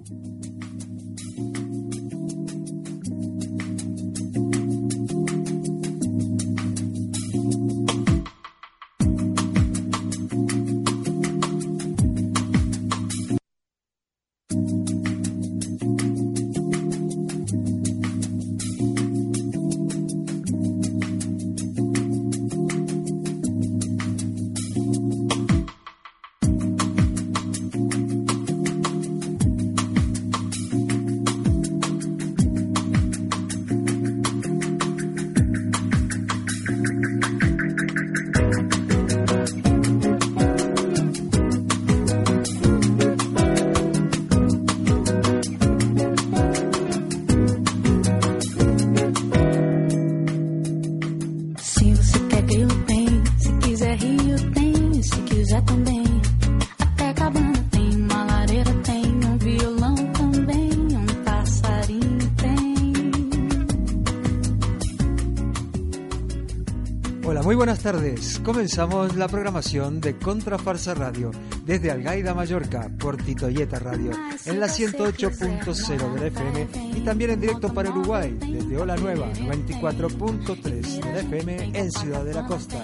Muy buenas tardes, comenzamos la programación de Contrafarsa Radio desde Algaida, Mallorca, por Titoyeta Radio, en la 108.0 de la FM y también en directo para Uruguay, desde Ola Nueva, 94.3 de la FM en Ciudad de la Costa.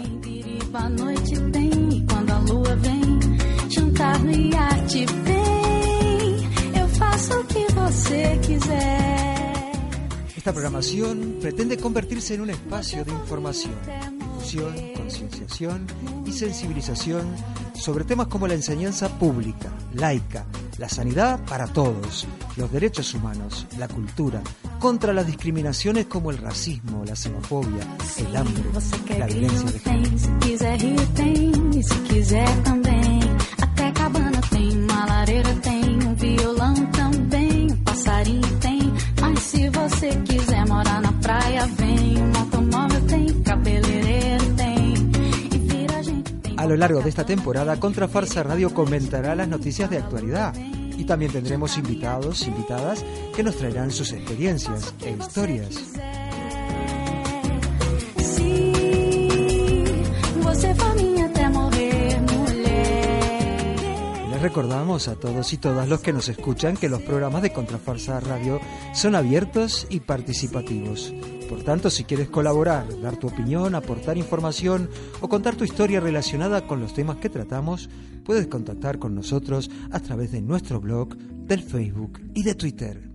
Esta programación pretende convertirse en un espacio de información, concienciación y sensibilización sobre temas como la enseñanza pública, laica, la sanidad para todos, los derechos humanos, la cultura, contra las discriminaciones como el racismo, la xenofobia, el hambre, la violencia de género. Se quiser rir tem, se quiser também. Até cabana tem, uma lareira tem, violão também, passarinho tem. Mas se você quiser morar na praia, vem, automóvel tem, cabeleireiro tem. A lo largo de esta temporada, Contrafarsa Radio comentará las noticias de actualidad y también tendremos invitados, invitadas que nos traerán sus experiencias e historias. Les recordamos a todos y todas los que nos escuchan que los programas de Contrafarsa Radio son abiertos y participativos. Por tanto, si quieres colaborar, dar tu opinión, aportar información o contar tu historia relacionada con los temas que tratamos, puedes contactar con nosotros a través de nuestro blog, del Facebook y de Twitter.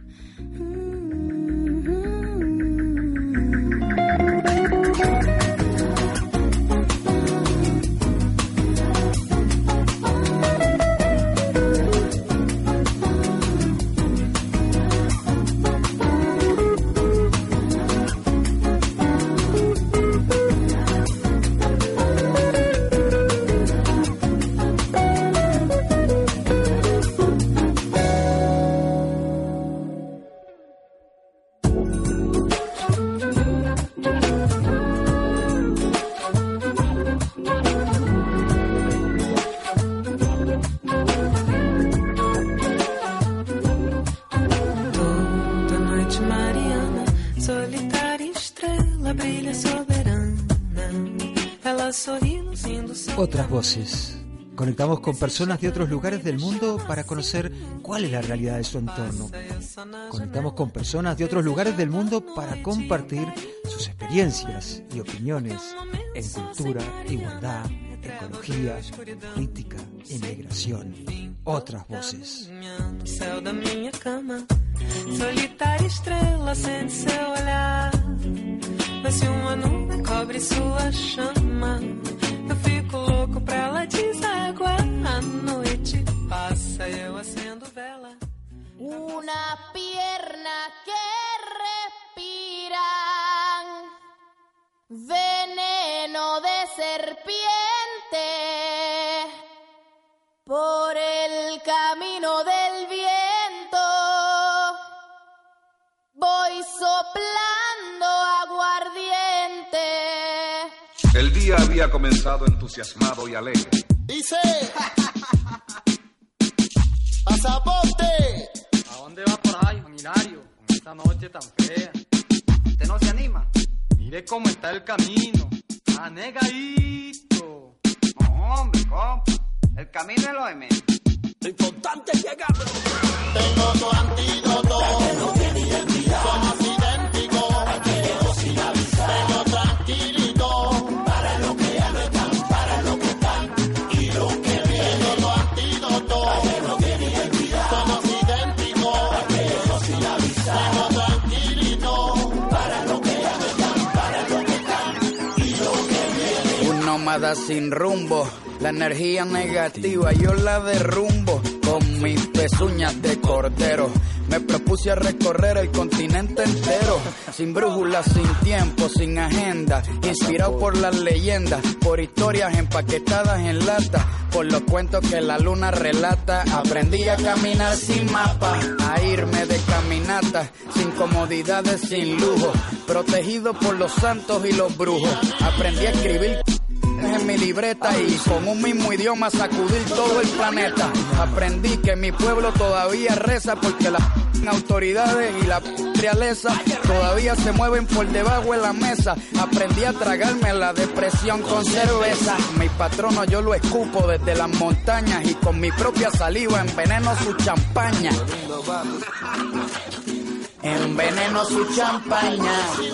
Otras voces. Conectamos con personas de otros lugares del mundo para conocer cuál es la realidad de su entorno. Conectamos con personas de otros lugares del mundo para compartir sus experiencias y opiniones en cultura, igualdad, ecología, política, inmigración. Otras voces. Solitária estrela acende seu olhar, mas se uma nuvem cobre sua chama, eu fico louco pra ela desaguar. A noite passa, eu acendo vela. Una pierna que respira veneno de serpiente por el camino del viento. Voy soplando aguardiente. El día había comenzado entusiasmado y alegre. Dice, pasaporte. ¿A dónde va por ahí, Juan Hilario, con esta noche tan fea? ¿Usted no se anima? Mire cómo está el camino, anegadito. No, hombre, compa, el camino es lo de menos. Lo importante es llegar. Tengo tu hambre. llamada sin rumbo. La energía negativa yo la derrumbo con mis pezuñas de cordero. Me propuse a recorrer el continente entero, sin brújula, sin tiempo, sin agenda, inspirado por las leyendas, por historias empaquetadas en lata, por los cuentos que la luna relata. Aprendí a caminar sin mapa, a irme de caminata, sin comodidades, sin lujo, protegido por los santos y los brujos. Aprendí a escribir en mi libreta y con un mismo idioma sacudir todo el planeta. Aprendí que mi pueblo todavía reza porque las autoridades y la realeza todavía se mueven por debajo de la mesa. Aprendí a tragarme la depresión con cerveza. Mi patrono yo lo escupo desde las montañas y con mi propia saliva enveneno su champaña. Enveneno su champaña.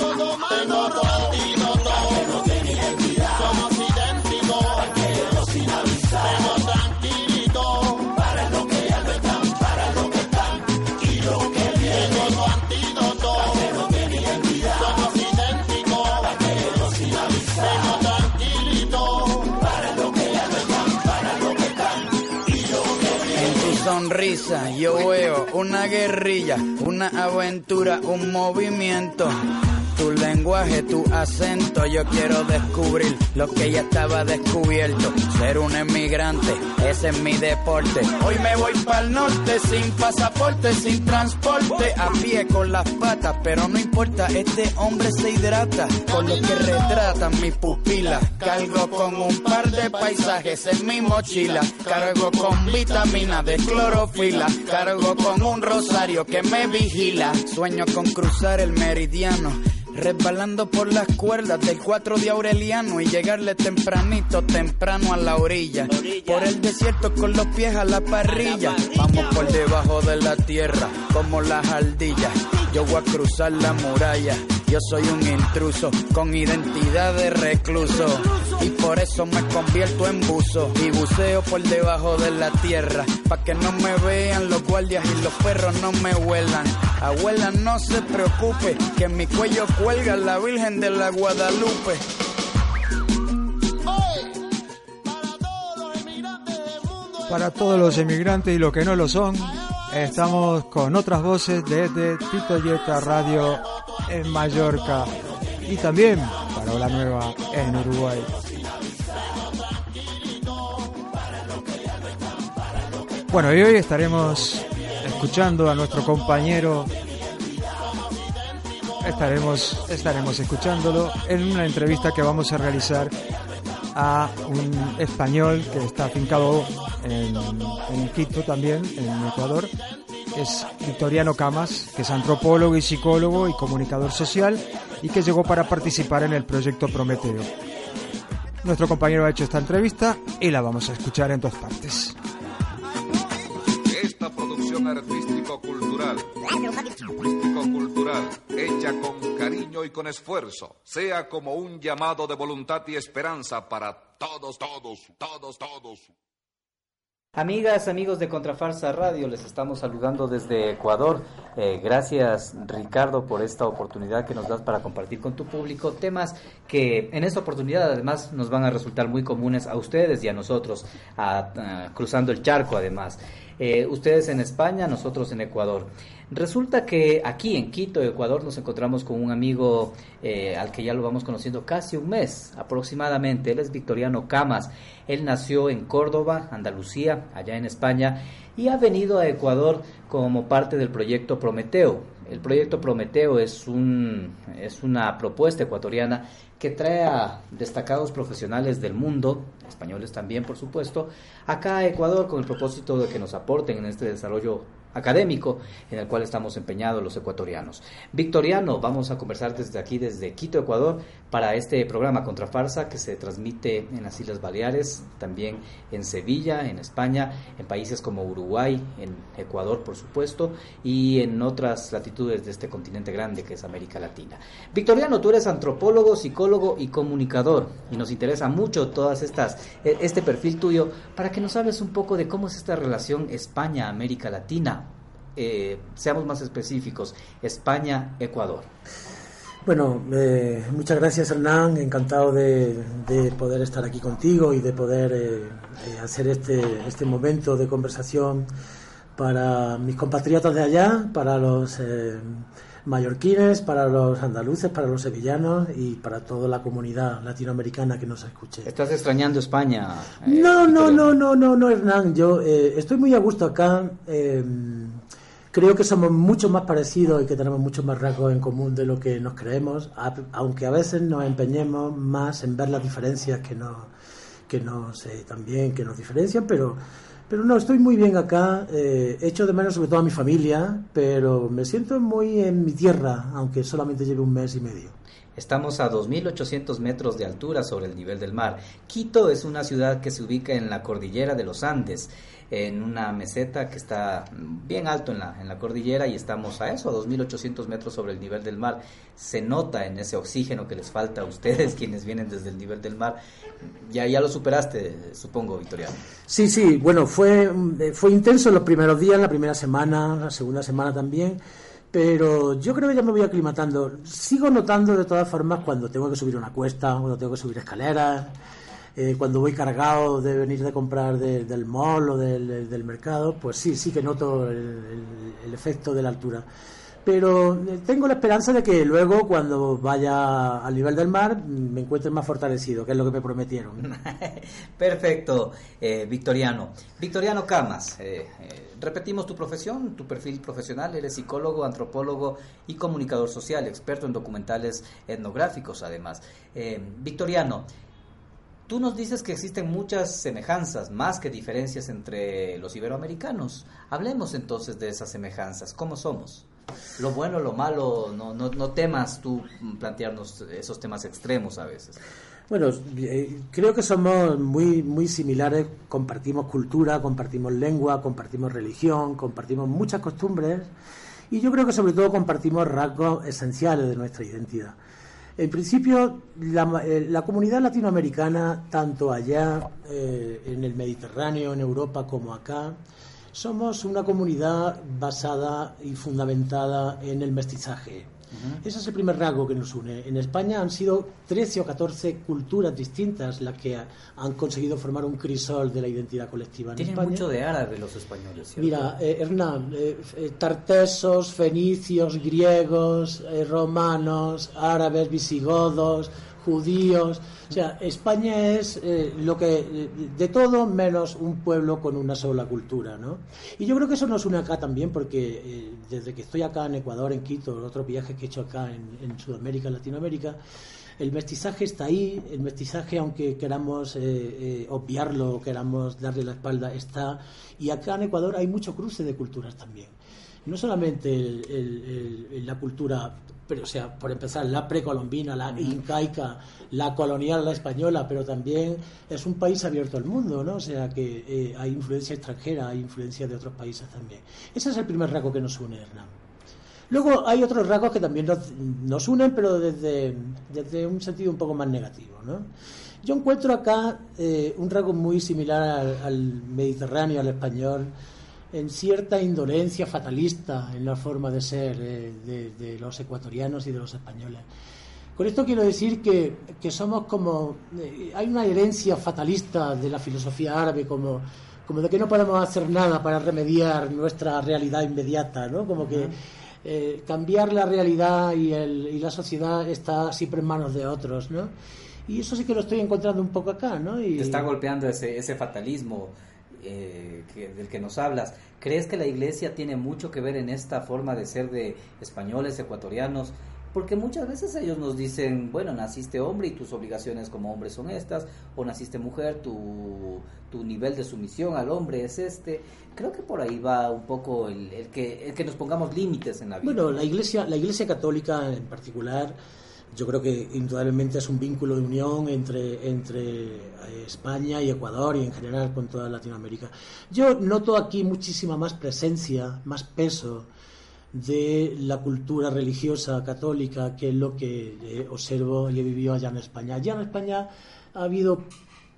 Sonrisa, yo veo una guerrilla, una aventura, un movimiento. Tu lenguaje, tu acento, yo quiero descubrir lo que ya estaba descubierto. Ser un emigrante, ese es mi deporte. Hoy me voy pa'l norte, sin pasaporte, sin transporte, a pie con las patas, pero no importa, este hombre se hidrata con lo que retratan mis pupilas. Cargo con un par de paisajes en mi mochila, cargo con vitamina de clorofila, cargo con un rosario que me vigila. Sueño con cruzar el meridiano, resbalando por las cuerdas del 4 de Aureliano y llegarle temprano a la orilla. Por el desierto con los pies a la parrilla. Vamos por debajo de la tierra como las ardillas. Yo voy a cruzar la muralla. Yo soy un intruso con identidad de recluso y por eso me convierto en buzo y buceo por debajo de la tierra pa' que no me vean los guardias y los perros no me huelan. Abuela, no se preocupe que en mi cuello cuelga la Virgen de la Guadalupe. Para todos los emigrantes y los que no lo son, estamos con otras voces desde Tito Yeta Radio en Mallorca y también para Ola Nueva en Uruguay. Bueno, y hoy estaremos escuchando a nuestro compañero, estaremos escuchándolo en una entrevista que vamos a realizar a un español que está afincado en Quito también, en Ecuador. Es Victoriano Camas, que es antropólogo y psicólogo y comunicador social y que llegó para participar en el proyecto Prometeo. Nuestro compañero ha hecho esta entrevista y la vamos a escuchar en 2 partes. Esta producción artístico-cultural, hecha con cariño y con esfuerzo, sea como un llamado de voluntad y esperanza para todos. Amigas, amigos de Contrafarsa Radio, les estamos saludando desde Ecuador. Gracias, Ricardo, por esta oportunidad que nos das para compartir con tu público temas que en esta oportunidad además nos van a resultar muy comunes a ustedes y a nosotros, cruzando el charco además. Ustedes en España, nosotros en Ecuador. Resulta que aquí en Quito, Ecuador, nos encontramos con un amigo al que ya lo vamos conociendo casi un mes aproximadamente. Él es Victoriano Camas. Él nació en Córdoba, Andalucía, allá en España, y ha venido a Ecuador como parte del proyecto Prometeo. El proyecto Prometeo es una propuesta ecuatoriana que trae a destacados profesionales del mundo, españoles también por supuesto, acá a Ecuador con el propósito de que nos aporten en este desarrollo académico en el cual estamos empeñados los ecuatorianos. Victoriano, vamos a conversar desde aquí, desde Quito, Ecuador, para este programa Contrafarsa que se transmite en las Islas Baleares, también en Sevilla, en España, en países como Uruguay, en Ecuador por supuesto, y en otras latitudes de este continente grande que es América Latina. Victoriano, tú eres antropólogo, psicólogo y comunicador, y nos interesa mucho este perfil tuyo, para que nos hables un poco de cómo es esta relación España-América Latina. Seamos más específicos, España-Ecuador. Bueno, muchas gracias, Hernán. Encantado de poder estar aquí contigo y de poder hacer este momento de conversación para mis compatriotas de allá, para los mallorquines, para los andaluces, para los sevillanos y para toda la comunidad latinoamericana que nos escuche. ¿Estás extrañando España? No, Hernán. Yo estoy muy a gusto acá. Creo que somos mucho más parecidos y que tenemos muchos más rasgos en común de lo que nos creemos, aunque a veces nos empeñemos más en ver las diferencias que nos diferencian, pero no, estoy muy bien acá. Echo de menos sobre todo a mi familia, pero me siento muy en mi tierra, aunque solamente lleve un mes y medio. Estamos a 2.800 metros de altura sobre el nivel del mar. Quito es una ciudad que se ubica en la cordillera de los Andes, en una meseta que está bien alto en la cordillera, y estamos a eso, a 2.800 metros sobre el nivel del mar. Se nota en ese oxígeno que les falta a ustedes, quienes vienen desde el nivel del mar. Ya lo superaste, supongo, Victoriano. Sí, bueno, fue intenso los primeros días, la primera semana, la segunda semana también, pero yo creo que ya me voy aclimatando. Sigo notando de todas formas cuando tengo que subir una cuesta, cuando tengo que subir escaleras, cuando voy cargado de venir de comprar del mall o del mercado, pues sí que noto el efecto de la altura. Pero tengo la esperanza de que luego, cuando vaya al nivel del mar, me encuentre más fortalecido, que es lo que me prometieron. Perfecto, Victoriano. Victoriano Camas, repetimos tu profesión, tu perfil profesional. Eres psicólogo, antropólogo y comunicador social, experto en documentales etnográficos, además. Victoriano, tú nos dices que existen muchas semejanzas, más que diferencias entre los iberoamericanos. Hablemos entonces de esas semejanzas. ¿Cómo somos? Lo bueno, lo malo, no temas tú plantearnos esos temas extremos a veces. Bueno, creo que somos muy, muy similares. Compartimos cultura, compartimos lengua, compartimos religión, compartimos muchas costumbres, y yo creo que sobre todo compartimos rasgos esenciales de nuestra identidad. En principio, la comunidad latinoamericana, tanto allá en el Mediterráneo, en Europa, como acá, somos una comunidad basada y fundamentada en el mestizaje. Ese es el primer rasgo que nos une. En España han sido 13 o 14 culturas distintas las que han conseguido formar un crisol de la identidad colectiva en España. Tienen mucho de árabe los españoles, ¿cierto? Mira, Hernán, tartesos, fenicios, griegos, romanos, árabes, visigodos, judíos. O sea, España es lo que de todo menos un pueblo con una sola cultura, ¿no? Y yo creo que eso nos une acá también, porque desde que estoy acá en Ecuador, en Quito, otros viajes que he hecho acá en Sudamérica, en Latinoamérica, el mestizaje está ahí. El mestizaje, aunque queramos obviarlo, queramos darle la espalda, está. Y acá en Ecuador hay mucho cruce de culturas también. No solamente la cultura, pero, o sea, por empezar, la precolombina, la incaica, la colonial, la española, pero también es un país abierto al mundo, ¿no? O sea, que hay influencia extranjera, hay influencia de otros países también. Ese es el primer rasgo que nos une, Hernán. Luego hay otros rasgos que también nos unen, pero desde un sentido un poco más negativo, ¿no? Yo encuentro acá un rasgo muy similar al mediterráneo, al español, en cierta indolencia fatalista en la forma de ser de los ecuatorianos y de los españoles. Con esto quiero decir que somos como... hay una herencia fatalista de la filosofía árabe, como de que no podemos hacer nada para remediar nuestra realidad inmediata, ¿no? Como que cambiar la realidad y la sociedad está siempre en manos de otros, ¿no? Y eso sí que lo estoy encontrando un poco acá, ¿no? Y... Te está golpeando ese fatalismo del que nos hablas. ¿Crees que la Iglesia tiene mucho que ver en esta forma de ser de españoles, ecuatorianos? Porque muchas veces ellos nos dicen, bueno, naciste hombre y tus obligaciones como hombre son estas, o naciste mujer, tu nivel de sumisión al hombre es este. Creo que por ahí va un poco el que nos pongamos límites en la vida. Bueno, la Iglesia católica en particular, yo creo que indudablemente es un vínculo de unión entre España y Ecuador y en general con toda Latinoamérica. Yo noto aquí muchísima más presencia, más peso de la cultura religiosa católica, que es lo que observo y he vivido allá en España. Allá en España ha habido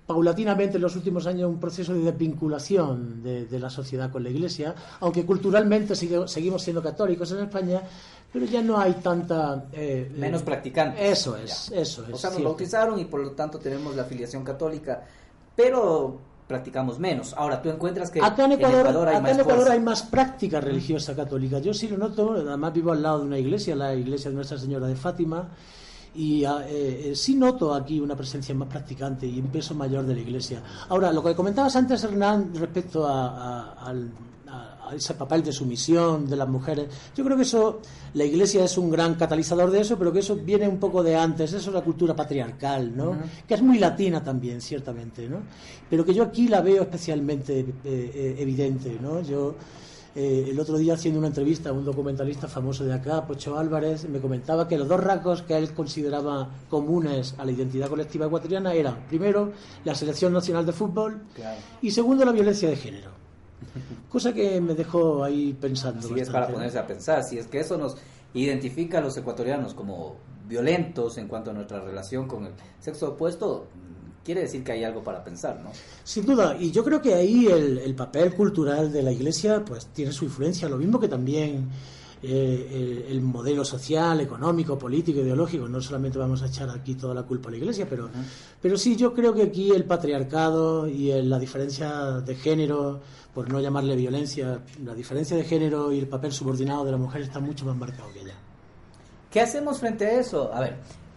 paulatinamente en los últimos años un proceso de desvinculación de la sociedad con la Iglesia, aunque culturalmente seguimos siendo católicos en España, pero ya no hay tanta... menos practicantes. Eso es. O sea, nos bautizaron y por lo tanto tenemos la filiación católica, pero practicamos menos. Ahora, tú encuentras que acá en Ecuador hay hay más práctica religiosa católica. Yo sí lo noto, además vivo al lado de una iglesia, la iglesia de Nuestra Señora de Fátima, y sí noto aquí una presencia más practicante y un peso mayor de la iglesia. Ahora, lo que comentabas antes, Hernán, respecto a ese papel de sumisión de las mujeres, yo creo que eso, la iglesia es un gran catalizador de eso, pero que eso viene un poco de antes, eso es la cultura patriarcal, ¿no? Que es muy latina también, ciertamente, ¿no? Pero que yo aquí la veo especialmente evidente, ¿no? Yo el otro día, haciendo una entrevista a un documentalista famoso de acá, Pocho Álvarez, me comentaba que los dos rasgos que él consideraba comunes a la identidad colectiva ecuatoriana eran, primero, la selección nacional de fútbol, claro, y segundo, la violencia de género. Cosa que me dejó ahí pensando. Sí, es para ponerse a pensar. Si es que eso nos identifica a los ecuatorianos como violentos en cuanto a nuestra relación con el sexo opuesto, quiere decir que hay algo para pensar, ¿no? Sin duda, y yo creo que ahí el papel cultural de la Iglesia pues tiene su influencia, lo mismo que también el modelo social, económico, político, ideológico. No solamente vamos a echar aquí toda la culpa a la Iglesia, pero sí, yo creo que aquí el patriarcado y la diferencia de género, por no llamarle violencia, la diferencia de género y el papel subordinado de la mujer está mucho más marcado que ella. ¿Qué hacemos frente a eso? A ver,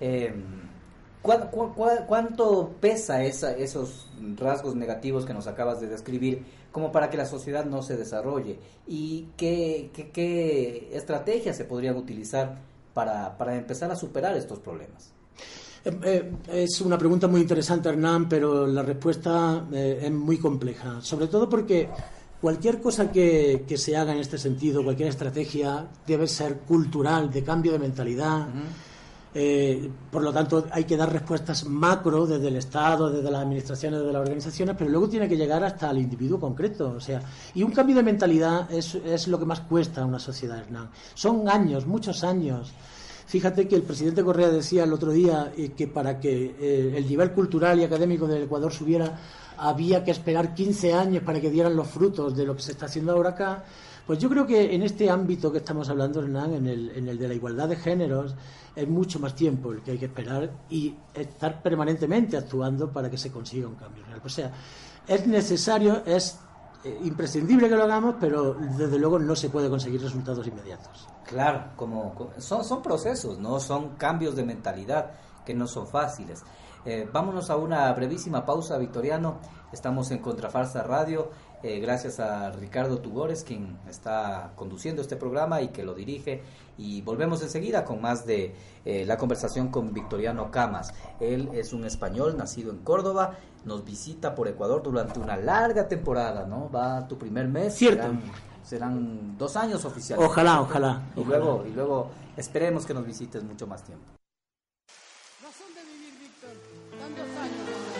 ¿cuánto pesa esos rasgos negativos que nos acabas de describir como para que la sociedad no se desarrolle? ¿Y qué estrategias se podrían utilizar para empezar a superar estos problemas? Es una pregunta muy interesante, Hernán, pero la respuesta es muy compleja, sobre todo porque cualquier cosa que se haga en este sentido, cualquier estrategia, debe ser cultural, de cambio de mentalidad. Por lo tanto, hay que dar respuestas macro desde el Estado, desde las administraciones, desde las organizaciones, pero luego tiene que llegar hasta el individuo concreto. O sea, y un cambio de mentalidad es lo que más cuesta a una sociedad, Hernán. Son años, muchos años. Fíjate que el presidente Correa decía el otro día que para que el nivel cultural y académico del Ecuador subiera, había que esperar 15 años para que dieran los frutos de lo que se está haciendo ahora acá. Pues yo creo que en este ámbito que estamos hablando, Hernán, en el de la igualdad de géneros, es mucho más tiempo el que hay que esperar y estar permanentemente actuando para que se consiga un cambio real. O sea, es necesario, es imprescindible que lo hagamos, pero desde luego no se puede conseguir resultados inmediatos. Claro, son procesos, no son cambios de mentalidad que no son fáciles. Vámonos a una brevísima pausa, Victoriano. Estamos en Contrafarsa Radio, gracias a Ricardo Tugores, quien está conduciendo este programa y que lo dirige, y volvemos enseguida con más de la conversación con Victoriano Camas. Él es un español nacido en Córdoba, nos visita por Ecuador durante una larga temporada, ¿no? Va tu primer mes. Cierto. Serán 2 años oficiales. Ojalá. Y luego esperemos que nos visites mucho más tiempo. Razón de vivir, Víctor. Dan 2 años.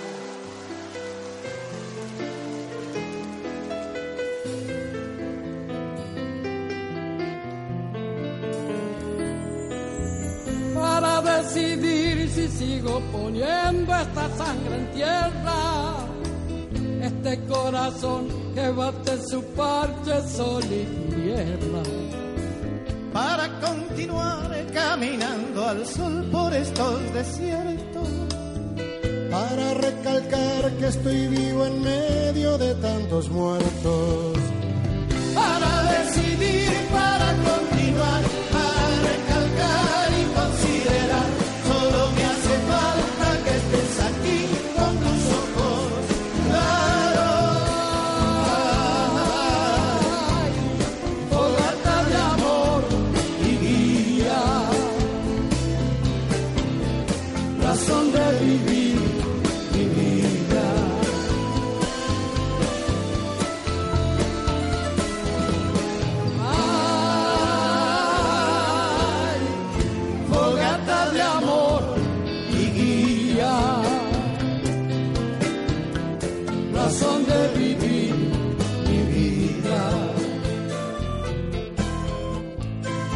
Para decidir si sigo poniendo esta sangre en tierra, este corazón que bate su parche sol y niebla. Para continuar caminando al sol por estos desiertos, para recalcar que estoy vivo en medio de tantos muertos, para decidir, para continuar, para recalcar y considerar, solo me hace falta que estés aquí con tus ojos claros. Fogata de amor y guía, razón de vivir mi vida. Ay, fogata de amor y guía, razón de vivir mi vida.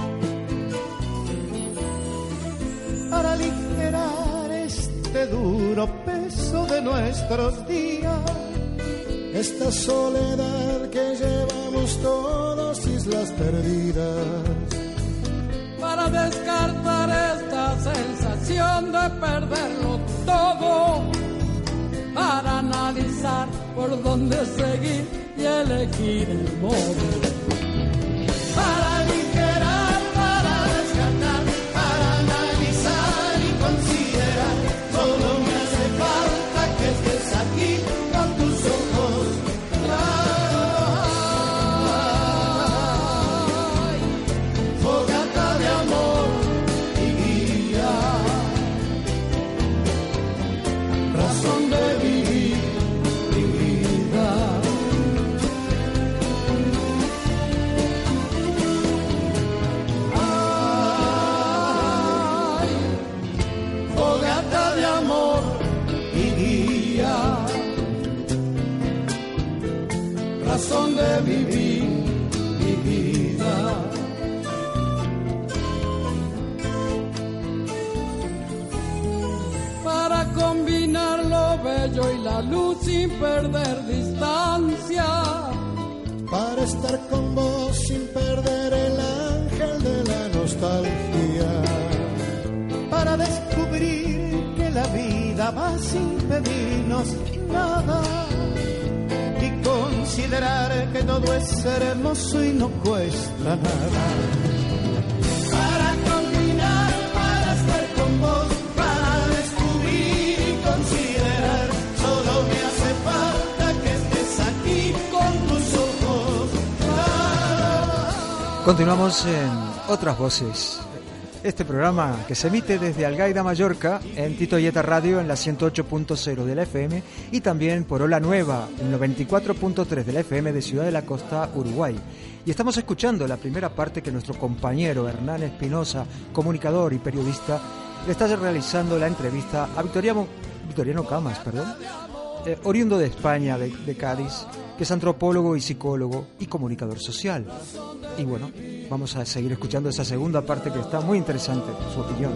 Para aligerar este duro puro peso de nuestros días. Esta soledad que llevamos todos, islas perdidas. Para descartar esta sensación de perderlo todo, para analizar por dónde seguir y elegir el modo. Para aligerar, para descartar, para analizar y considerar. Solo me hace falta que estés aquí con tus ojos claros. Fogata de amor y guía, razón de vivir mi vida. Fogata de amor y guía, razón de vivir mi vida. Para combinar lo bello y la luz sin perder distancia. Para estar con vos sin perder el ángel de la nostalgia. Para descubrir que la vida va sin pedirnos nada. Y considerar que todo es hermoso y no cuesta nada. Para combinar, para estar con vos, para descubrir y considerar. Solo me hace falta que estés aquí con tus ojos claros. Continuamos en Otras Voces. Este programa que se emite desde Algaida, Mallorca, en Tito Yeta Radio en la 108.0 de la FM y también por Ola Nueva, en 94.3 de la FM de Ciudad de la Costa, Uruguay. Y estamos escuchando la primera parte que nuestro compañero Hernán Espinosa, comunicador y periodista, le está realizando la entrevista a Victoriano Camas, oriundo de España, de Cádiz, que es antropólogo y psicólogo y comunicador social. Y bueno, vamos a seguir escuchando esa segunda parte que está muy interesante, su opinión.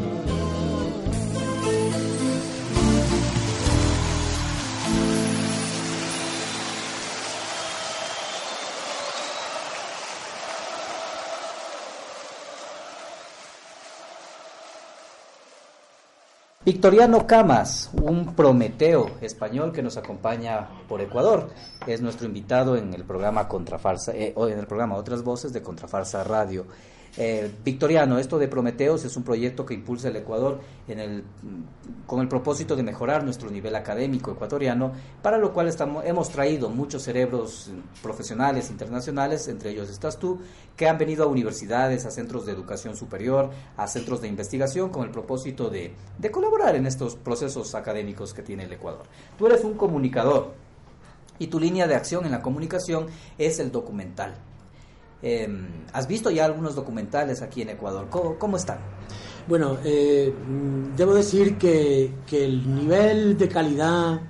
Victoriano Camas, un Prometeo español que nos acompaña por Ecuador, es nuestro invitado en el programa Contrafarsa, en el programa Otras Voces de Contrafarsa Radio. Victoriano, esto de Prometeos es un proyecto que impulsa el Ecuador con el propósito de mejorar nuestro nivel académico ecuatoriano, para lo cual hemos traído muchos cerebros profesionales internacionales, entre ellos estás tú, que han venido a universidades, a centros de educación superior, a centros de investigación, con el propósito de colaborar en estos procesos académicos que tiene el Ecuador. Tú eres un comunicador y tu línea de acción en la comunicación es el documental. ¿Has visto ya algunos documentales aquí en Ecuador? ¿Cómo están? Bueno, debo decir que el nivel de calidad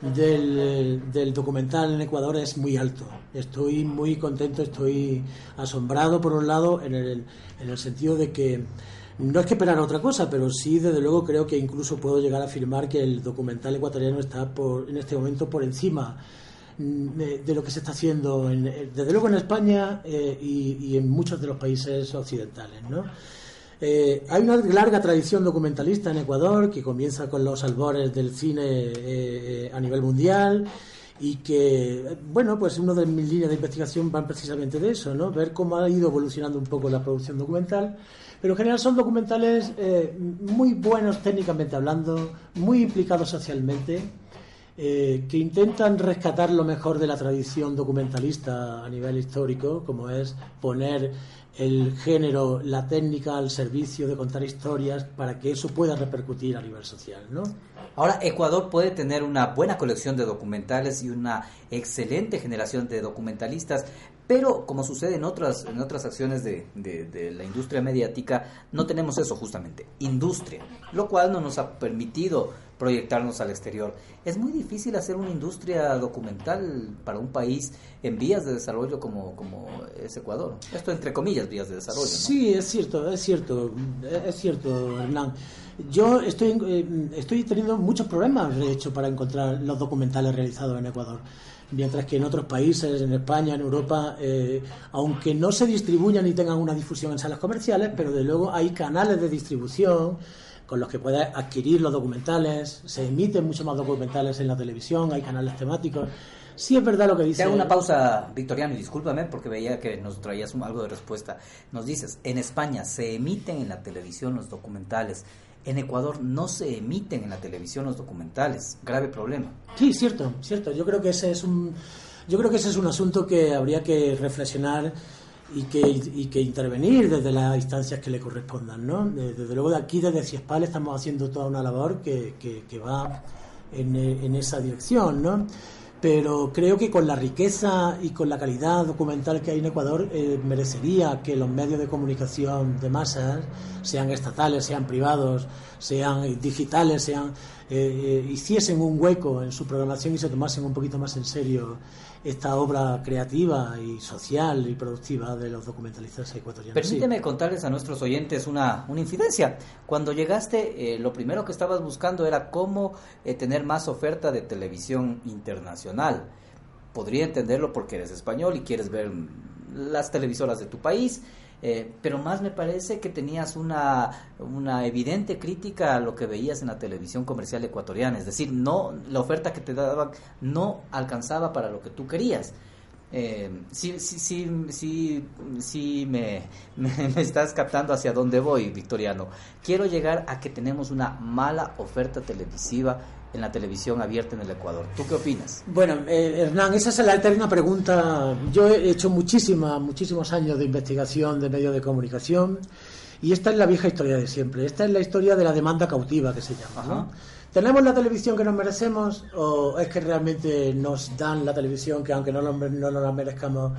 del documental en Ecuador es muy alto. Estoy muy contento, estoy asombrado por un lado en el sentido de que no es que esperar otra cosa, pero sí desde luego creo que incluso puedo llegar a afirmar que el documental ecuatoriano está en este momento por encima de lo que se está haciendo desde luego en España y en muchos de los países occidentales, ¿no? Hay una larga tradición documentalista en Ecuador que comienza con los albores del cine a nivel mundial y que, bueno, pues una de mis líneas de investigación van precisamente de eso, ¿no? Ver cómo ha ido evolucionando un poco la producción documental, pero en general son documentales muy buenos técnicamente hablando, muy implicados socialmente, que intentan rescatar lo mejor de la tradición documentalista a nivel histórico, como es poner el género, la técnica al servicio de contar historias para que eso pueda repercutir a nivel social, ¿no? Ahora, Ecuador puede tener una buena colección de documentales y una excelente generación de documentalistas, Pero como sucede en otras acciones de la industria mediática, no tenemos eso justamente, industria, lo cual no nos ha permitido proyectarnos al exterior. Es muy difícil hacer una industria documental para un país en vías de desarrollo como es Ecuador. Esto entre comillas, vías de desarrollo, ¿no? Sí, es cierto, Hernán. Yo estoy teniendo muchos problemas, de hecho, para encontrar los documentales realizados en Ecuador. Mientras que en otros países, en España, en Europa, aunque no se distribuyan ni tengan una difusión en salas comerciales, pero de luego hay canales de distribución con los que puedes adquirir los documentales, se emiten muchos más documentales en la televisión, hay canales temáticos. Sí es verdad lo que dice. Te hago una pausa, Victoriano, y discúlpame porque veía que nos traías algo de respuesta. Nos dices, en España se emiten en la televisión los documentales. En Ecuador no se emiten en la televisión los documentales. Grave problema. Sí, cierto. Yo creo que ese es un asunto que habría que reflexionar y que intervenir desde las instancias que le correspondan, ¿no? Desde luego de aquí, desde CIESPAL, estamos haciendo toda una labor que va en esa dirección, ¿no? Pero creo que con la riqueza y con la calidad documental que hay en Ecuador, merecería que los medios de comunicación de masas, sean estatales, sean privados, sean digitales, hiciesen un hueco en su programación y se tomasen un poquito más en serio esta obra creativa y social y productiva de los documentalistas ecuatorianos. Permíteme contarles a nuestros oyentes una infidencia. Cuando llegaste, lo primero que estabas buscando era cómo tener más oferta de televisión internacional. Podría entenderlo porque eres español y quieres ver las televisoras de tu país, pero más me parece que tenías una evidente crítica a lo que veías en la televisión comercial ecuatoriana, es decir, no, la oferta que te daban no alcanzaba para lo que tú querías. Sí me estás captando hacia dónde voy, Victoriano. Quiero llegar a que tenemos una mala oferta televisiva en la televisión abierta en el Ecuador. ¿Tú qué opinas? Bueno, Hernán, esa es la eterna pregunta. Yo he hecho muchísimos años de investigación de medios de comunicación y esta es la vieja historia de siempre. Esta es la historia de la demanda cautiva, que se llama, ¿no? ¿Tenemos la televisión que nos merecemos o es que realmente nos dan la televisión que aunque no la merezcamos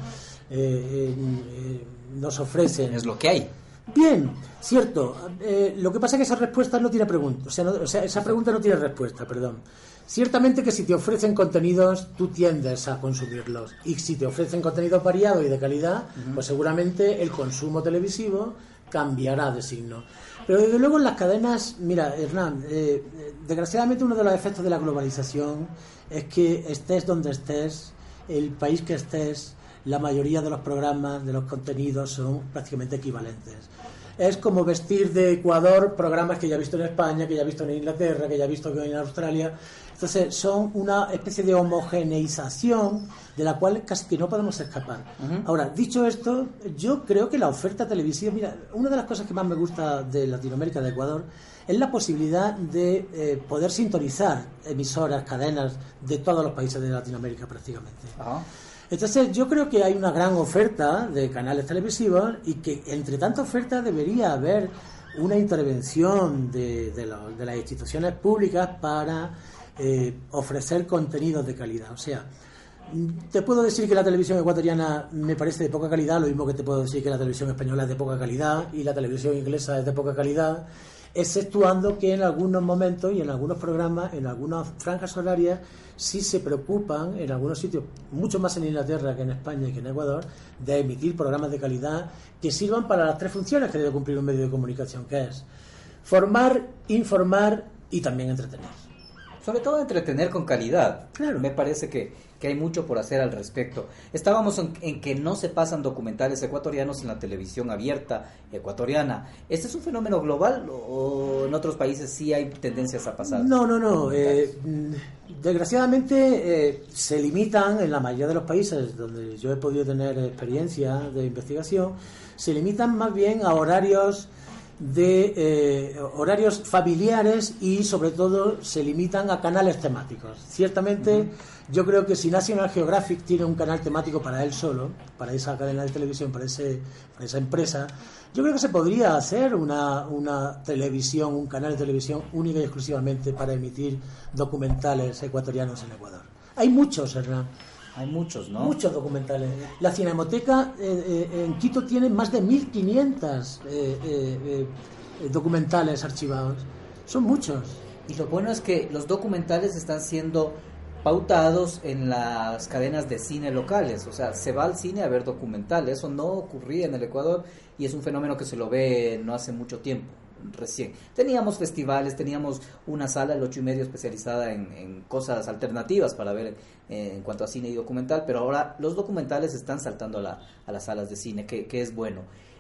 nos ofrecen? Es lo que hay. Bien, cierto. Lo que pasa es que esa respuesta no tiene pregunta. Esa pregunta no tiene respuesta, perdón. Ciertamente que si te ofrecen contenidos, tú tiendes a consumirlos. Y si te ofrecen contenidos variados y de calidad, pues seguramente el consumo televisivo cambiará de signo. Pero desde luego en las cadenas, mira, Hernán, desgraciadamente uno de los efectos de la globalización es que estés donde estés, el país que estés, la mayoría de los programas, de los contenidos son prácticamente equivalentes. Es como vestir de Ecuador programas que ya he visto en España, que ya he visto en Inglaterra, que ya he visto en Australia. Entonces son una especie de homogeneización de la cual casi que no podemos escapar. Ahora, dicho esto, yo creo que la oferta televisiva, mira, una de las cosas que más me gusta de Latinoamérica, de Ecuador, es la posibilidad de poder sintonizar emisoras, cadenas de todos los países de Latinoamérica prácticamente. Entonces yo creo que hay una gran oferta de canales televisivos y que entre tanta oferta debería haber una intervención de las instituciones públicas para ofrecer contenidos de calidad. O sea, te puedo decir que la televisión ecuatoriana me parece de poca calidad, lo mismo que te puedo decir que la televisión española es de poca calidad y la televisión inglesa es de poca calidad, exceptuando que en algunos momentos y en algunos programas, en algunas franjas horarias, sí se preocupan, en algunos sitios, mucho más en Inglaterra que en España y que en Ecuador, de emitir programas de calidad que sirvan para las tres funciones que debe cumplir un medio de comunicación, que es formar, informar y también entretener. Sobre todo entretener con calidad. Claro. Me parece que hay mucho por hacer al respecto. Estábamos en que no se pasan documentales ecuatorianos en la televisión abierta ecuatoriana. ¿Este es un fenómeno global o en otros países sí hay tendencias a pasar? No. Desgraciadamente se limitan en la mayoría de los países donde yo he podido tener experiencia de investigación, se limitan más bien a horarios familiares y sobre todo se limitan a canales temáticos. Ciertamente yo creo que si National Geographic tiene un canal temático para él solo, para esa cadena de televisión, para esa empresa, yo creo que se podría hacer una televisión, un canal de televisión única y exclusivamente para emitir documentales ecuatorianos en Ecuador. Hay muchos, Hernán. Hay muchos, ¿no? Muchos documentales. La Cinemateca en Quito tiene más de 1.500 documentales archivados. Son muchos. Y lo bueno es que los documentales están siendo pautados en las cadenas de cine locales, o sea, se va al cine a ver documentales. Eso no ocurría en el Ecuador y es un fenómeno que se lo ve no hace mucho tiempo, recién. Teníamos festivales, teníamos una sala, el 8:30, especializada en cosas alternativas para ver en cuanto a cine y documental, pero ahora los documentales están saltando a las salas de cine, que es bueno.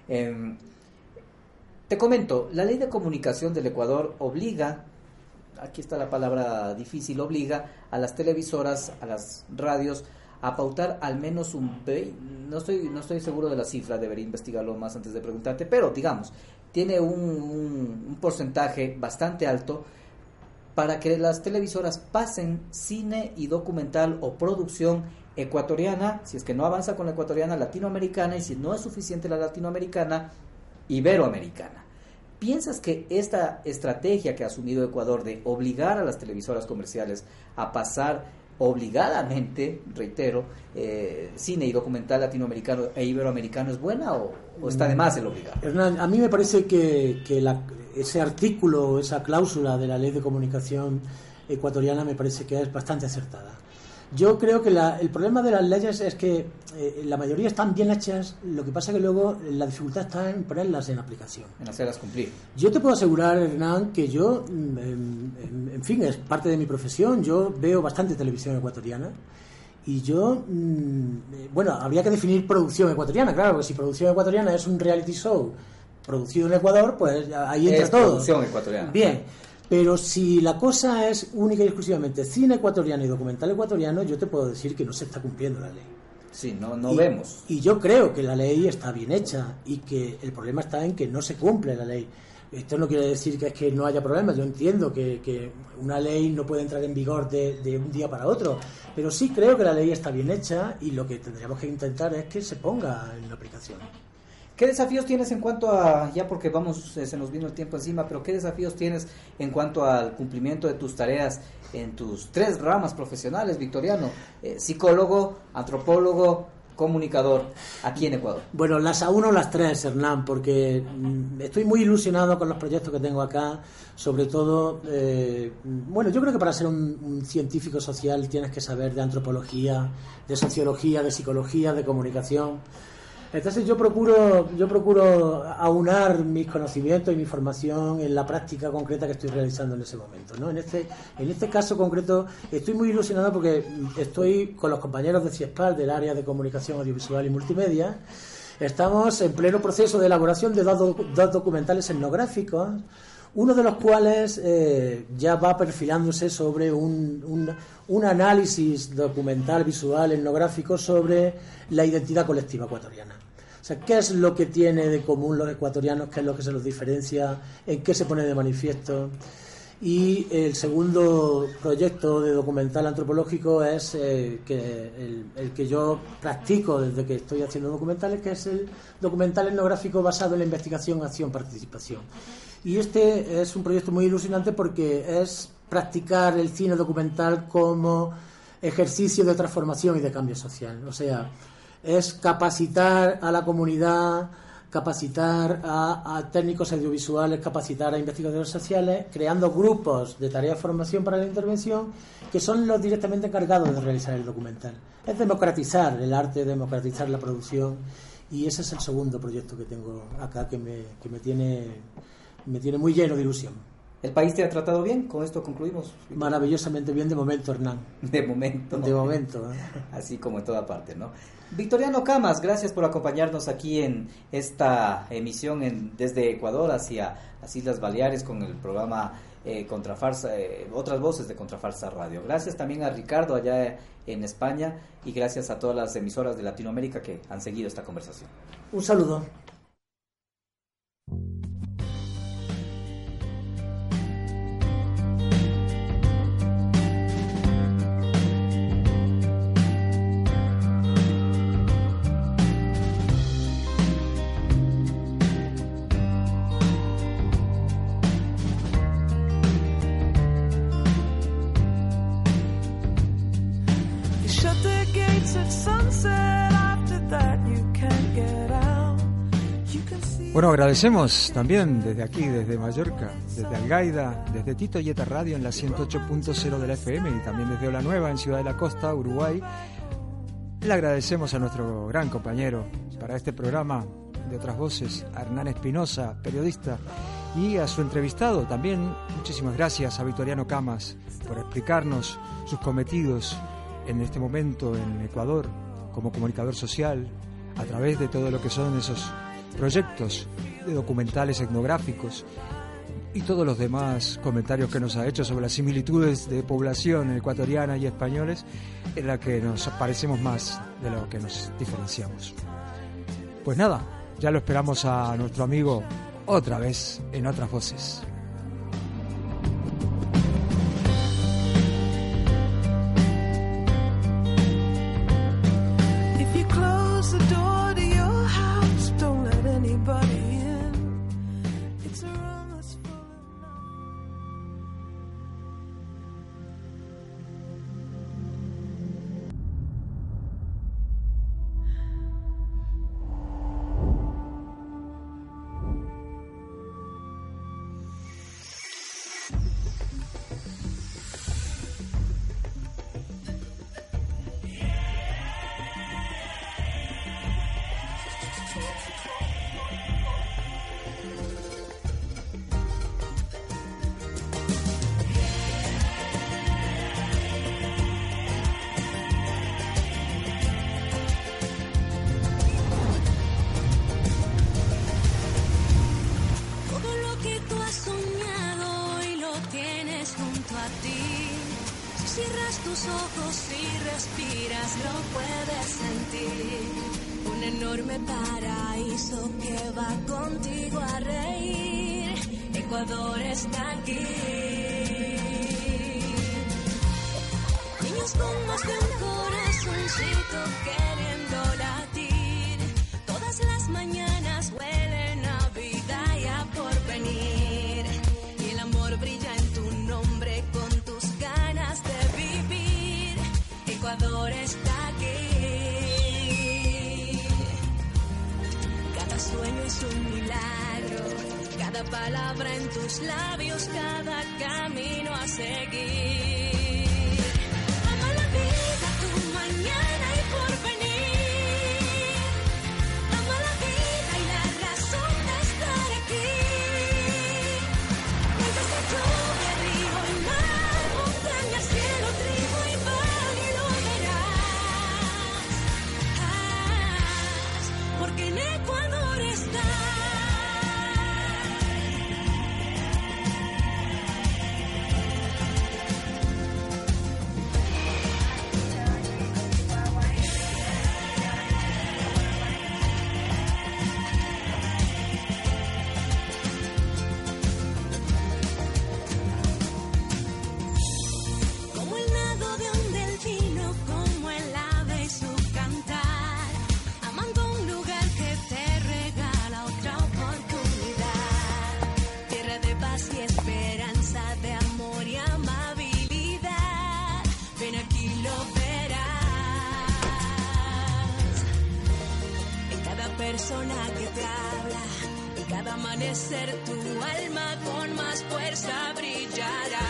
Te comento, la ley de comunicación del Ecuador obliga, aquí está la palabra difícil, obliga a las televisoras, a las radios, a pautar al menos no estoy seguro de la cifra, debería investigarlo más antes de preguntarte, pero digamos, tiene un porcentaje bastante alto para que las televisoras pasen cine y documental o producción ecuatoriana, si es que no avanza con la ecuatoriana, latinoamericana, y si no es suficiente la latinoamericana, iberoamericana. ¿Piensas que esta estrategia que ha asumido Ecuador de obligar a las televisoras comerciales a pasar obligadamente, reitero, cine y documental latinoamericano e iberoamericano es buena o está de más el obligar? Hernán, a mí me parece que ese artículo, esa cláusula de la ley de comunicación ecuatoriana me parece que es bastante acertada. Yo creo que el problema de las leyes es que la mayoría están bien hechas, lo que pasa es que luego la dificultad está en ponerlas en aplicación. En hacerlas cumplir. Yo te puedo asegurar, Hernán, que yo, en fin, es parte de mi profesión, yo veo bastante televisión ecuatoriana y yo, bueno, habría que definir producción ecuatoriana, claro, porque si producción ecuatoriana es un reality show producido en Ecuador, pues ahí entra todo. Producción ecuatoriana. Bien. Pero si la cosa es única y exclusivamente cine ecuatoriano y documental ecuatoriano, yo te puedo decir que no se está cumpliendo la ley. Sí, no vemos. Y yo creo que la ley está bien hecha y que el problema está en que no se cumple la ley. Esto no quiere decir que es que no haya problemas. Yo entiendo que una ley no puede entrar en vigor de un día para otro, pero sí creo que la ley está bien hecha y lo que tendríamos que intentar es que se ponga en aplicación. ¿Qué desafíos tienes en cuanto a, ya porque se nos vino el tiempo encima, pero qué desafíos tienes en cuanto al cumplimiento de tus tareas en tus 3 ramas profesionales, Victoriano? Psicólogo, antropólogo, comunicador, aquí en Ecuador. Bueno, las A1 las 3, Hernán, porque estoy muy ilusionado con los proyectos que tengo acá, sobre todo, bueno, yo creo que para ser un científico social tienes que saber de antropología, de sociología, de psicología, de comunicación. Entonces yo procuro aunar mis conocimientos y mi formación en la práctica concreta que estoy realizando en ese momento, ¿no? En este caso concreto estoy muy ilusionado porque estoy con los compañeros de CIESPAL del área de comunicación audiovisual y multimedia. Estamos en pleno proceso de elaboración de dos documentales etnográficos, uno de los cuales ya va perfilándose sobre un análisis documental, visual, etnográfico sobre la identidad colectiva ecuatoriana. O sea, ¿qué es lo que tiene de común los ecuatorianos? ¿Qué es lo que se los diferencia? ¿En qué se pone de manifiesto? Y el segundo proyecto de documental antropológico es el que yo practico desde que estoy haciendo documentales, que es el documental etnográfico basado en la investigación, acción, participación. Y este es un proyecto muy ilusionante porque es practicar el cine documental como ejercicio de transformación y de cambio social. O sea, es capacitar a la comunidad, capacitar a técnicos audiovisuales, capacitar a investigadores sociales, creando grupos de tarea de formación para la intervención que son los directamente encargados de realizar el documental. Es democratizar el arte, democratizar la producción, y ese es el segundo proyecto que tengo acá que me tiene muy lleno de ilusión. ¿El país te ha tratado bien? Con esto concluimos. Maravillosamente bien de momento, Hernán. De momento. De momento. Así como en toda parte, ¿no? Victoriano Camas, gracias por acompañarnos aquí en esta emisión desde Ecuador hacia las Islas Baleares con el programa Contrafarsa, otras voces de Contrafarsa Radio. Gracias también a Ricardo allá en España y gracias a todas las emisoras de Latinoamérica que han seguido esta conversación. Un saludo. Shut the gates Bueno, agradecemos también desde aquí, desde Mallorca, desde Algaida, desde Tito y Eta Radio en la 108.0 de la FM y también desde Ola Nueva en Ciudad de la Costa, Uruguay. Le agradecemos a nuestro gran compañero para este programa de Otras Voces, a Hernán Espinosa, periodista, y a su entrevistado también. Muchísimas gracias a Victoriano Camas por explicarnos sus cometidos en este momento en Ecuador como comunicador social a través de todo lo que son esos proyectos de documentales etnográficos y todos los demás comentarios que nos ha hecho sobre las similitudes de población ecuatoriana y españoles, en la que nos parecemos más de lo que nos diferenciamos. Pues nada, ya lo esperamos a nuestro amigo otra vez en Otras Voces. Persona que te habla y cada amanecer tu alma con más fuerza brillará.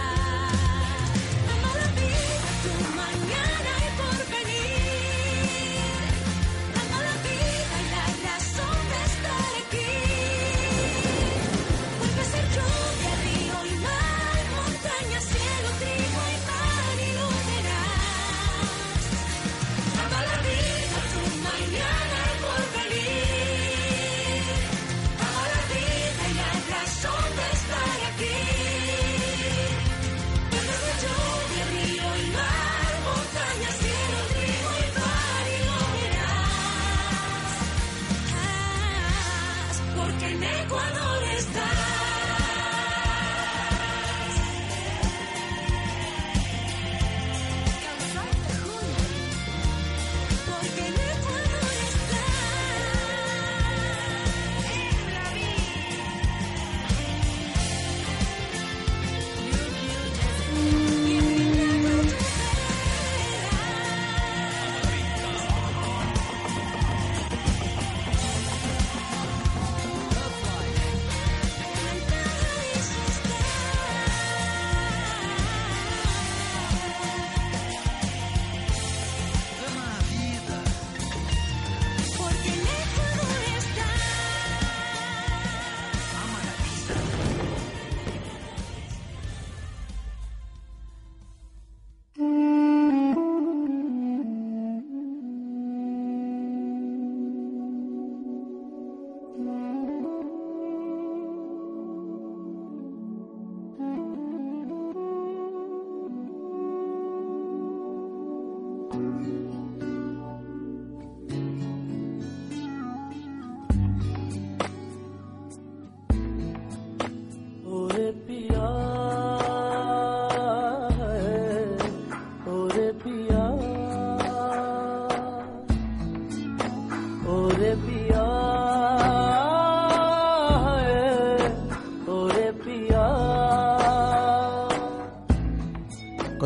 Ama la vida, tu mañana y porvenir. Ama la vida y la razón de estar aquí. Vuelve a ser lluvia, río y mar, montaña, cielo, trigo y pan y lo verás. Ama la vida, tu mañana.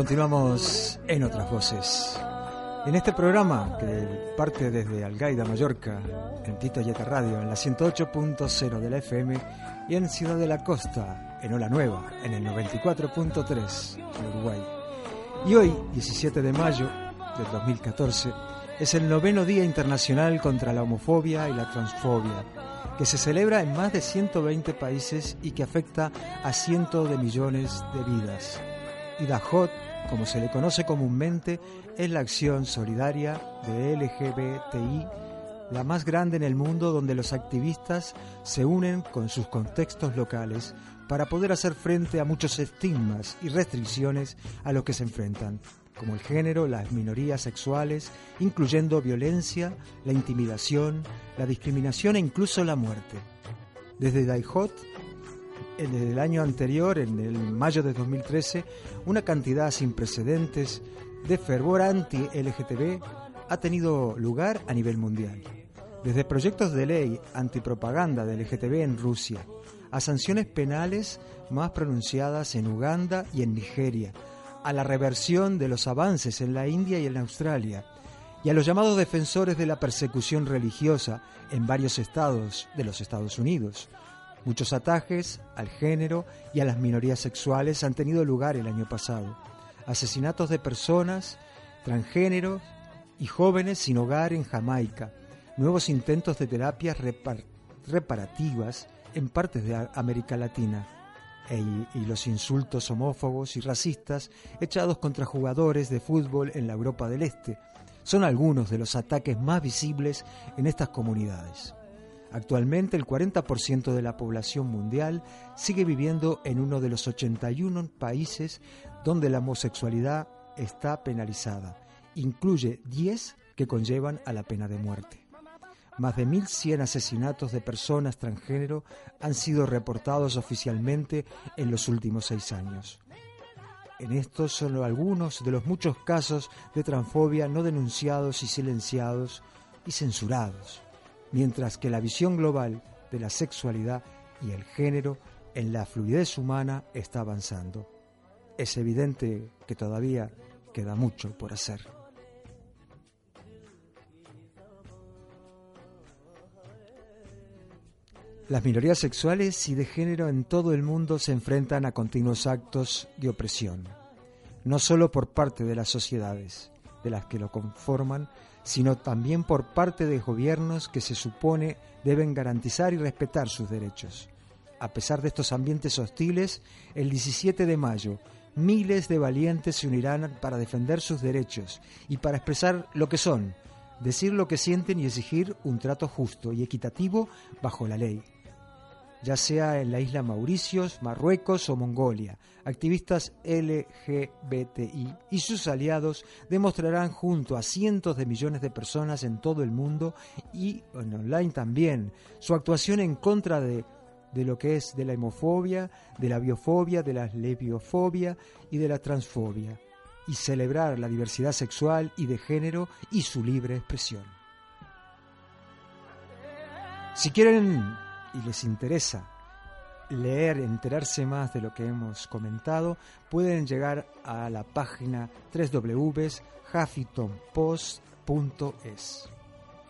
Continuamos en Otras Voces. En este programa, que parte desde Algaida, Mallorca, en Tito Yeta Radio, en la 108.0 de la FM, y en Ciudad de la Costa, en Ola Nueva, en el 94.3 en Uruguay. Y hoy, 17 de mayo del 2014, es el 9º Día Internacional contra la Homofobia y la Transfobia, que se celebra en más de 120 países y que afecta a cientos de millones de vidas. IDAJOT, como se le conoce comúnmente, es la acción solidaria de LGBTI, la más grande en el mundo, donde los activistas se unen con sus contextos locales para poder hacer frente a muchos estigmas y restricciones a los que se enfrentan, como el género, las minorías sexuales, incluyendo violencia, la intimidación, la discriminación e incluso la muerte. Desde IDAJOT, desde el año anterior, en el mayo de 2013, una cantidad sin precedentes de fervor anti-LGTB ha tenido lugar a nivel mundial. Desde proyectos de ley antipropaganda de LGTB en Rusia, a sanciones penales más pronunciadas en Uganda y en Nigeria, a la reversión de los avances en la India y en Australia, y a los llamados defensores de la persecución religiosa en varios estados de los Estados Unidos. Muchos ataques al género y a las minorías sexuales han tenido lugar el año pasado. Asesinatos de personas, transgéneros y jóvenes sin hogar en Jamaica. Nuevos intentos de terapias reparativas en partes de América Latina. Y los insultos homófobos y racistas echados contra jugadores de fútbol en la Europa del Este son algunos de los ataques más visibles en estas comunidades. Actualmente el 40% de la población mundial sigue viviendo en uno de los 81 países donde la homosexualidad está penalizada. Incluye 10 que conllevan a la pena de muerte. Más de 1.100 asesinatos de personas transgénero han sido reportados oficialmente en los últimos 6 años. En estos son algunos de los muchos casos de transfobia no denunciados y silenciados y censurados, mientras que la visión global de la sexualidad y el género en la fluidez humana está avanzando. Es evidente que todavía queda mucho por hacer. Las minorías sexuales y de género en todo el mundo se enfrentan a continuos actos de opresión, no solo por parte de las sociedades de las que lo conforman, sino también por parte de gobiernos que se supone deben garantizar y respetar sus derechos. A pesar de estos ambientes hostiles, el 17 de mayo, miles de valientes se unirán para defender sus derechos y para expresar lo que son, decir lo que sienten y exigir un trato justo y equitativo bajo la ley. Ya sea en la isla Mauricios, Marruecos o Mongolia, activistas LGBTI y sus aliados demostrarán junto a cientos de millones de personas en todo el mundo y en online también su actuación en contra de lo que es de la homofobia, de la biofobia, de la lesbiofobia y de la transfobia, y celebrar la diversidad sexual y de género y su libre expresión. Si quieren y les interesa leer, enterarse más de lo que hemos comentado, pueden llegar a la página www.huffingtonpost.es.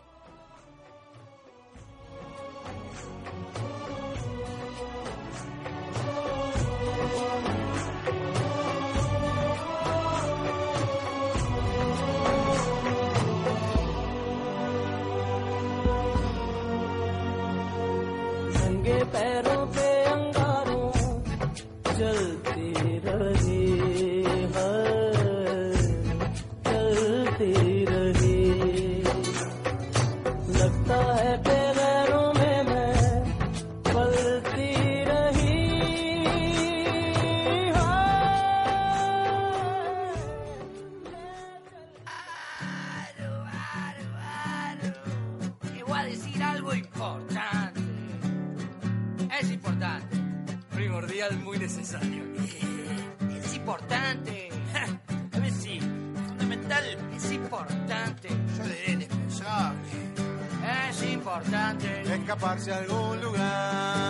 पैरों पे अंगारों चलती रही चलती रही लगता है पैरों में मैं पलती रही Te voy a decir algo importante. Es importante, primordial, muy necesario. Es importante. A ver si, fundamental, es importante. Yo le diré indispensable. Es importante escaparse a algún lugar.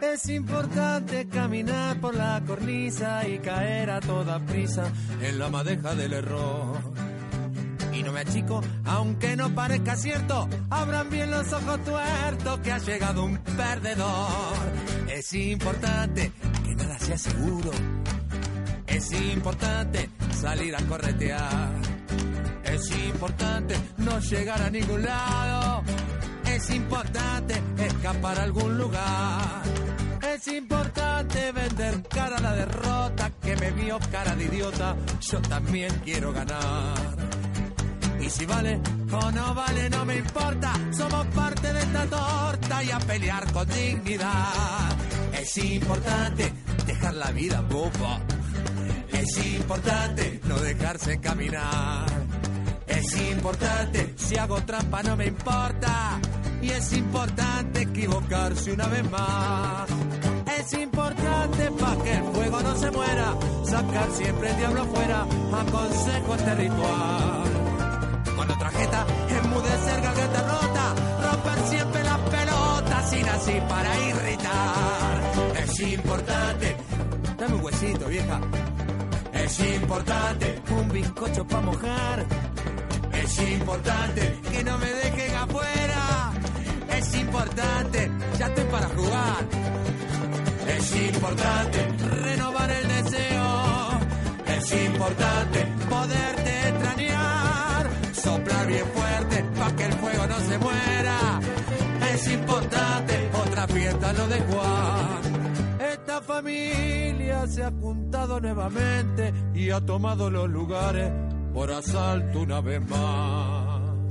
Es importante caminar por la cornisa y caer a toda prisa en la madeja del error. Y no me achico, aunque no parezca cierto, abran bien los ojos tuertos que ha llegado un perdedor. Es importante que nada sea seguro. Es importante salir a corretear. Es importante no llegar a ningún lado. Es importante escapar a algún lugar. Es importante vender cara a la derrota que me vio cara de idiota. Yo también quiero ganar. Y si vale o no vale no me importa. Somos parte de esta torta y a pelear con dignidad. Es importante dejar la vida boba. Es importante no dejarse caminar. Es importante, si hago trampa no me importa. Y es importante equivocarse una vez más. Es importante pa' que el fuego no se muera. Sacar siempre el diablo afuera. Aconsejo este ritual. Con otra jeta, enmudecer garganta rota. Romper siempre las pelotas sin así para irritar. Es importante, dame un huesito vieja. Es importante, un bizcocho pa' mojar. Es importante que no me dejen afuera. Es importante, ya estoy para jugar. Es importante renovar el deseo. Es importante poderte extrañar. Soplar bien fuerte pa' que el fuego no se muera. Es importante otra fiesta lo de Juan. Esta familia se ha juntado nuevamente y ha tomado los lugares por asalto una vez más.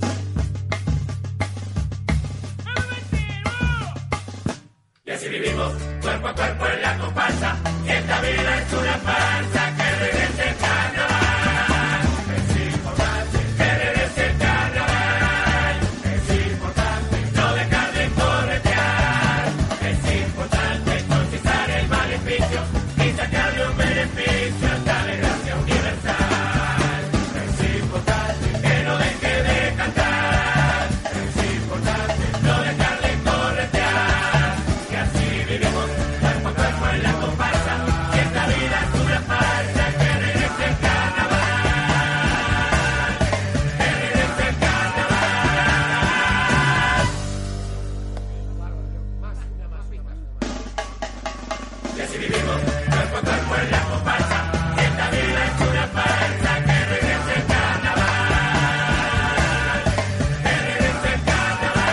Y así vivimos, cuerpo a cuerpo en la comparsa. Y esta vida es una farsa, que regrese el carnaval. Es importante que regrese el carnaval. Es importante no dejar de corretear. Es importante conquistar el maleficio y sacarle un beneficio a esta desgracia universal. Es importante que no deje de cantar. Es importante no dejar de corretear. Que así vivimos cuerpo a cuerpo en la comparsa. Que esta vida es una farsa, que regrese el carnaval. Que regrese el carnaval. Y así vivimos cuerpo a cuerpo en la comparsa. Que esta vida es una farsa, que regrese el carnaval. Que regrese el carnaval.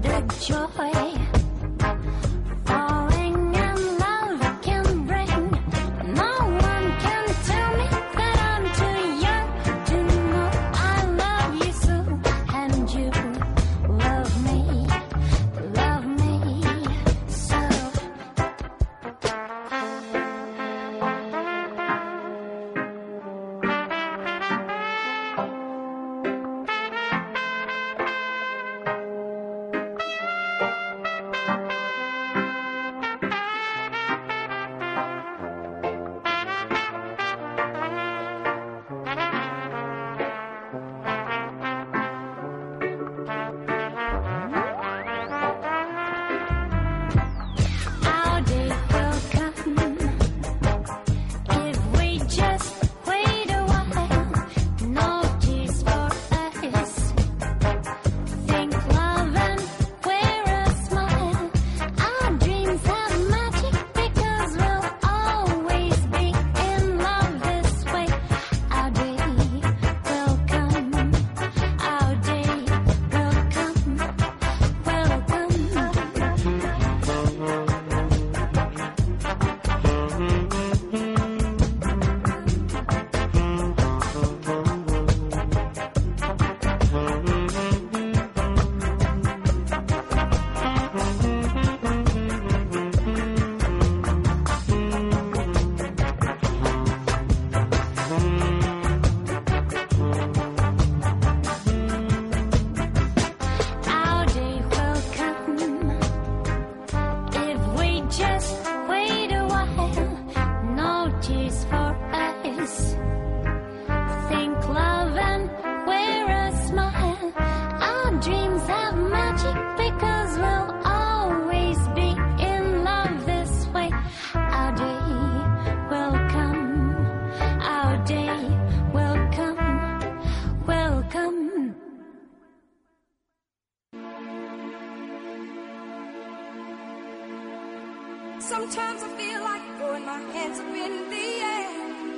Sometimes I feel like throwing my hands up in the air.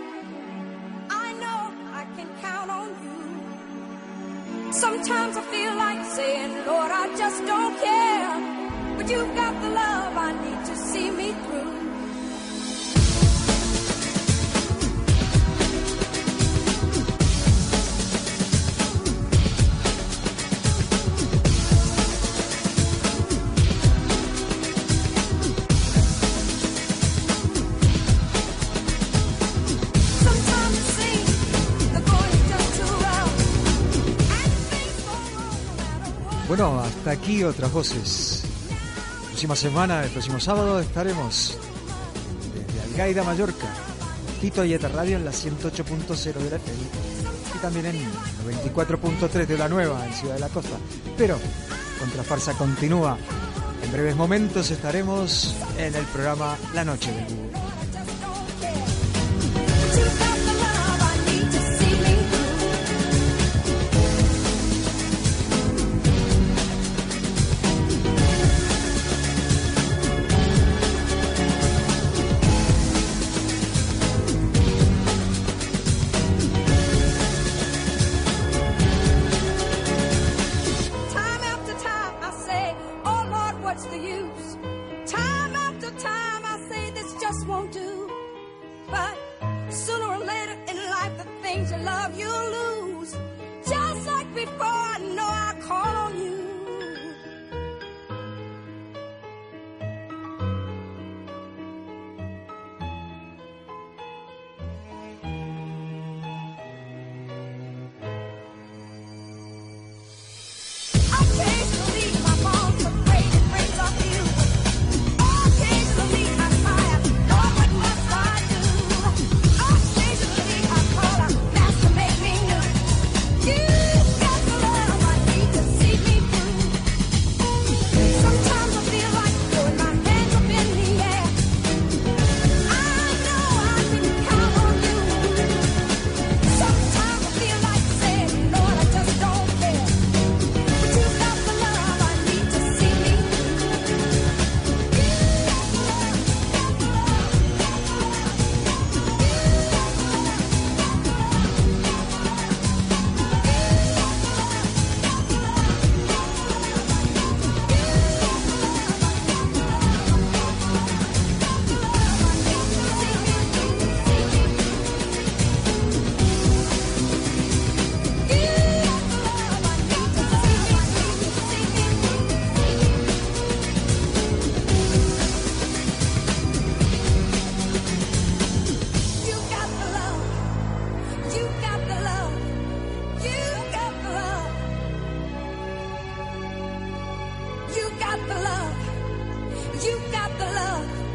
I know I can count on you. Sometimes I feel like saying, Lord, I just don't care. But you've got the love I need to see me through. Bueno, hasta aquí Otras Voces. La próxima semana, el próximo sábado, estaremos desde Algaida, Mallorca, Tito Ayeta Radio en la 108.0 de la FM y también en 94.3 de La Nueva, en Ciudad de la Costa. Pero Contrafarsa continúa. En breves momentos estaremos en el programa La Noche del Búho. Got the love the love